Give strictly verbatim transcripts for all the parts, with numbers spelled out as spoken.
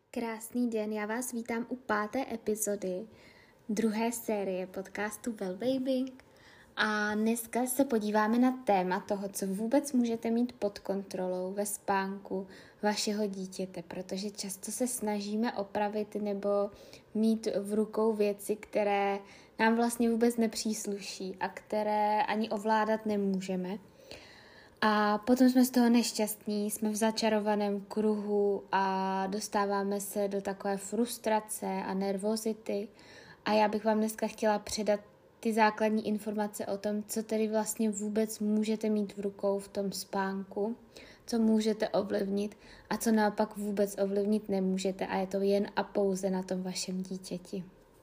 Krásný den, já vás vítám u páté epizody druhé série podcastu Wellbabying a dneska se podíváme na téma toho, co vůbec můžete mít pod kontrolou ve spánku vašeho dítěte, protože často se snažíme opravit nebo mít v rukou věci, které nám vlastně vůbec nepřísluší a které ani ovládat nemůžeme. A potom jsme z toho nešťastní, jsme v začarovaném kruhu a dostáváme se do takové frustrace a nervozity. A já bych vám dneska chtěla předat ty základní informace o tom, co tedy vlastně vůbec můžete mít v rukou v tom spánku, co můžete ovlivnit a co naopak vůbec ovlivnit nemůžete a je to jen a pouze na tom vašem dítěti.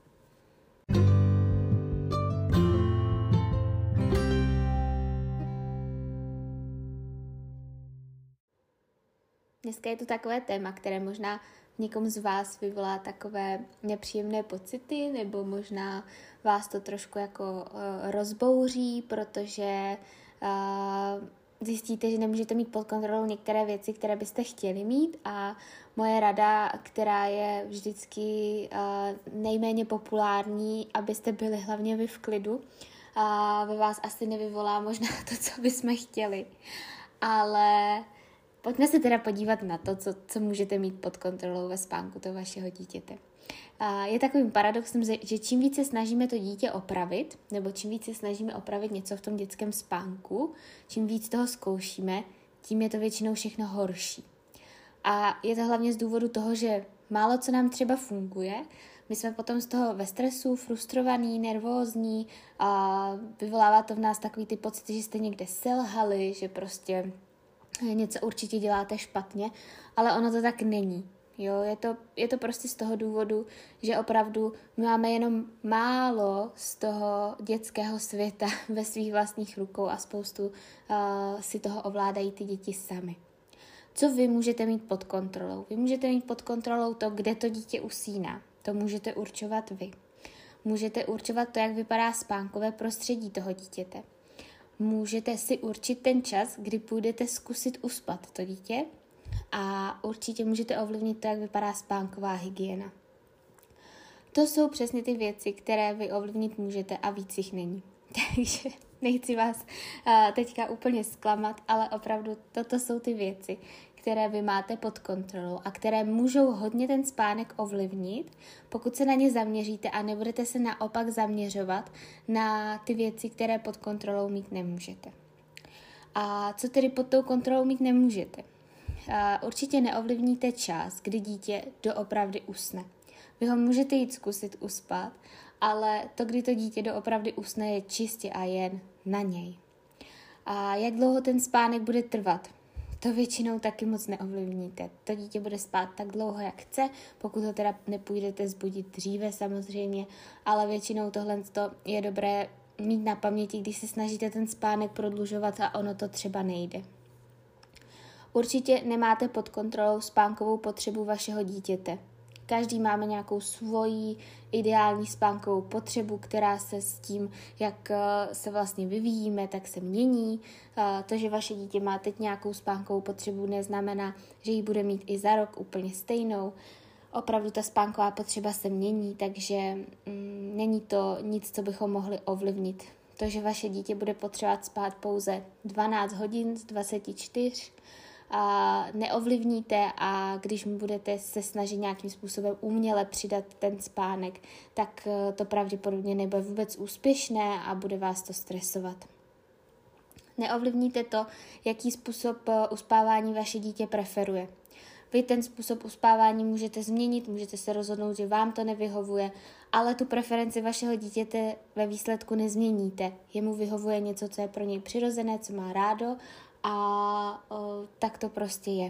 Dneska je to takové téma, které možná někomu z vás vyvolá takové nepříjemné pocity, nebo možná vás to trošku jako uh, rozbouří, protože uh, zjistíte, že nemůžete mít pod kontrolou některé věci, které byste chtěli mít a moje rada, která je vždycky uh, nejméně populární, abyste byli hlavně vy v klidu, a ve vás asi nevyvolá možná to, co bychom chtěli, ale pojďme se teda podívat na to, co, co můžete mít pod kontrolou ve spánku toho vašeho dítěte. A je takovým paradoxem, že čím více snažíme to dítě opravit, nebo čím více snažíme opravit něco v tom dětském spánku, čím víc toho zkoušíme, tím je to většinou všechno horší. A je to hlavně z důvodu toho, že málo co nám třeba funguje, my jsme potom z toho ve stresu, frustrovaný, nervózní a vyvolává to v nás takový ty pocity, že jste někde selhali, že prostě něco určitě děláte špatně, ale ono to tak není. Jo, je to, je to prostě z toho důvodu, že opravdu my máme jenom málo z toho dětského světa ve svých vlastních rukou a spoustu uh, si toho ovládají ty děti sami. Co vy můžete mít pod kontrolou? Vy můžete mít pod kontrolou to, kde to dítě usíná. To můžete určovat vy. Můžete určovat to, jak vypadá spánkové prostředí toho dítěte. Můžete si určit ten čas, kdy půjdete zkusit uspat to dítě a určitě můžete ovlivnit to, jak vypadá spánková hygiena. To jsou přesně ty věci, které vy ovlivnit můžete a víc jich není. Takže nechci vás uh, teďka úplně zklamat, ale opravdu toto jsou ty věci, které vy máte pod kontrolou a které můžou hodně ten spánek ovlivnit, pokud se na ně zaměříte a nebudete se naopak zaměřovat na ty věci, které pod kontrolou mít nemůžete. A co tedy pod tou kontrolou mít nemůžete? Určitě neovlivníte čas, kdy dítě doopravdy usne. Vy ho můžete jít zkusit uspat, ale to, kdy to dítě doopravdy usne, je čistě a jen na něj. A jak dlouho ten spánek bude trvat? To většinou taky moc neovlivníte. To dítě bude spát tak dlouho, jak chce, pokud ho teda nepůjdete zbudit dříve samozřejmě, ale většinou tohle je dobré mít na paměti, když se snažíte ten spánek prodlužovat a ono to třeba nejde. Určitě nemáte pod kontrolou spánkovou potřebu vašeho dítěte. Každý máme nějakou svoji ideální spánkovou potřebu, která se s tím, jak se vlastně vyvíjíme, tak se mění. To, že vaše dítě má teď nějakou spánkovou potřebu, neznamená, že ji bude mít i za rok úplně stejnou. Opravdu ta spánková potřeba se mění, takže mm, není to nic, co bychom mohli ovlivnit. To, že vaše dítě bude potřebovat spát pouze dvanáct hodin z dvacet čtyři, a neovlivníte a když mu budete se snažit nějakým způsobem uměle přidat ten spánek, tak to pravděpodobně nebude vůbec úspěšné a bude vás to stresovat. Neovlivníte to, jaký způsob uspávání vaše dítě preferuje. Vy ten způsob uspávání můžete změnit, můžete se rozhodnout, že vám to nevyhovuje, ale tu preferenci vašeho dítěte ve výsledku nezměníte. Jemu vyhovuje něco, co je pro něj přirozené, co má rádo a o, tak to prostě je.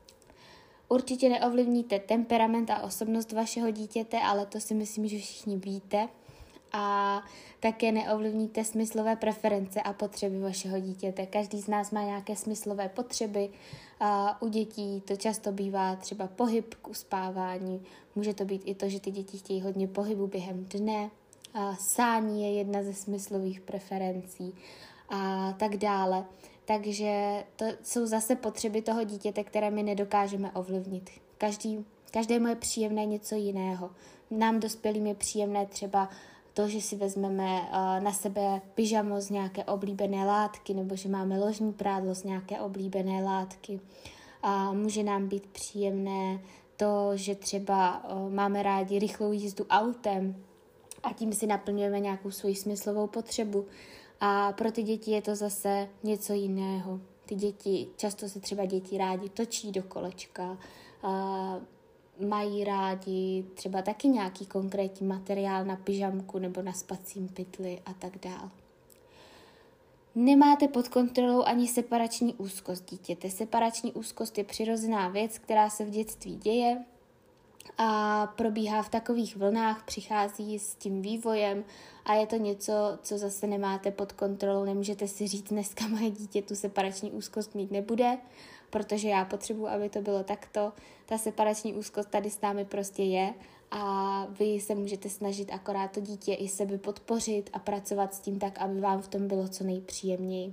Určitě neovlivníte temperament a osobnost vašeho dítěte, ale to si myslím, že všichni víte. A také neovlivníte smyslové preference a potřeby vašeho dítěte. Každý z nás má nějaké smyslové potřeby. A u dětí to často bývá třeba pohyb k uspávání. Může to být i to, že ty děti chtějí hodně pohybu během dne. A sání je jedna ze smyslových preferencí a tak dále. Takže to jsou zase potřeby toho dítěte, které my nedokážeme ovlivnit. Každý Každému je příjemné něco jiného. Nám dospělým je příjemné třeba to, že si vezmeme uh, na sebe pyžamo z nějaké oblíbené látky, nebo že máme ložní prádlo z nějaké oblíbené látky. A může nám být příjemné to, že třeba uh, máme rádi rychlou jízdu autem a tím si naplňujeme nějakou svoji smyslovou potřebu. A pro ty děti je to zase něco jiného. Ty děti, často se třeba děti rádi točí do kolečka, uh, mají rádi třeba taky nějaký konkrétní materiál na pyžamku nebo na spacím pytli a tak dál. Nemáte pod kontrolou ani separační úzkost dítěte. Separační úzkost je přirozená věc, která se v dětství děje a probíhá v takových vlnách, přichází s tím vývojem a je to něco, co zase nemáte pod kontrolou. Nemůžete si říct, dneska moje dítě tu separační úzkost mít nebude, protože já potřebuji, aby to bylo takto. Ta separační úzkost tady s námi prostě je a vy se můžete snažit akorát to dítě i sebe podpořit a pracovat s tím tak, aby vám v tom bylo co nejpříjemněji.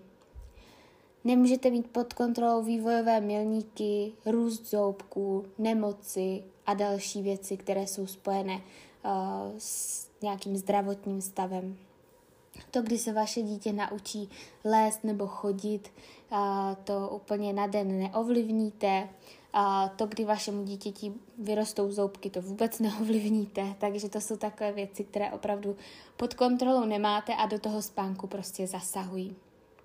Nemůžete mít pod kontrolou vývojové milníky, růst zoubků, nemoci a další věci, které jsou spojené uh, s nějakým zdravotním stavem. To, kdy se vaše dítě naučí lézt nebo chodit, uh, to úplně na den neovlivníte. Uh, to, kdy vašemu dítěti vyrostou zoubky, to vůbec neovlivníte. Takže to jsou takové věci, které opravdu pod kontrolou nemáte a do toho spánku prostě zasahují.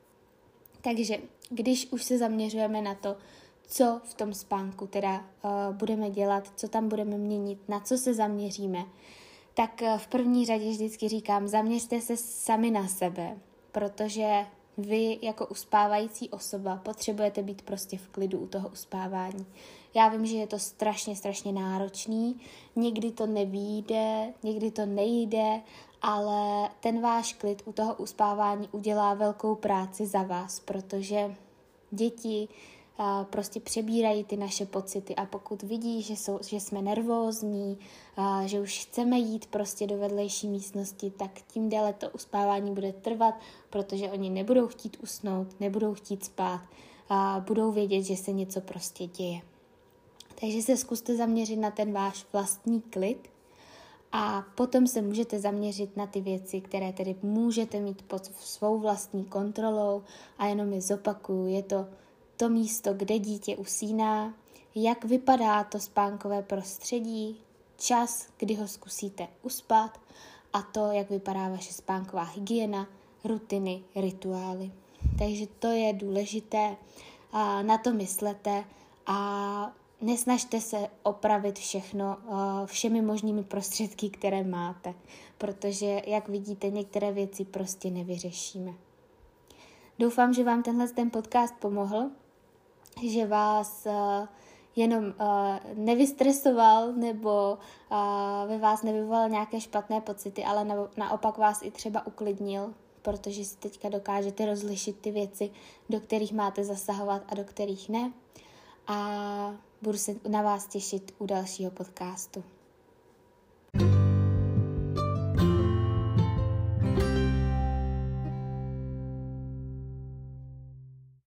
Takže když už se zaměřujeme na to, co v tom spánku teda uh, budeme dělat, co tam budeme měnit, na co se zaměříme, tak uh, v první řadě vždycky říkám, zaměřte se sami na sebe, protože vy jako uspávající osoba potřebujete být prostě v klidu u toho uspávání. Já vím, že je to strašně, strašně náročný, někdy to nevyjde, někdy to nejde, ale ten váš klid u toho uspávání udělá velkou práci za vás, protože děti a, prostě přebírají ty naše pocity a pokud vidí, že, jsou, že jsme nervózní, a, že už chceme jít prostě do vedlejší místnosti, tak tím déle to uspávání bude trvat, protože oni nebudou chtít usnout, nebudou chtít spát a budou vědět, že se něco prostě děje. Takže se zkuste zaměřit na ten váš vlastní klid a potom se můžete zaměřit na ty věci, které tedy můžete mít pod svou vlastní kontrolou a jenom je zopakuju, je to to místo, kde dítě usíná, jak vypadá to spánkové prostředí, čas, kdy ho zkusíte uspat a to, jak vypadá vaše spánková hygiena, rutiny, rituály. Takže to je důležité, a na to myslete a nesnažte se opravit všechno všemi možnými prostředky, které máte, protože, jak vidíte, některé věci prostě nevyřešíme. Doufám, že vám tenhle ten podcast pomohl, že vás jenom nevystresoval nebo ve vás nevyvolal nějaké špatné pocity, ale naopak vás i třeba uklidnil, protože si teďka dokážete rozlišit ty věci, do kterých máte zasahovat a do kterých ne. A budu se na vás těšit u dalšího podcastu.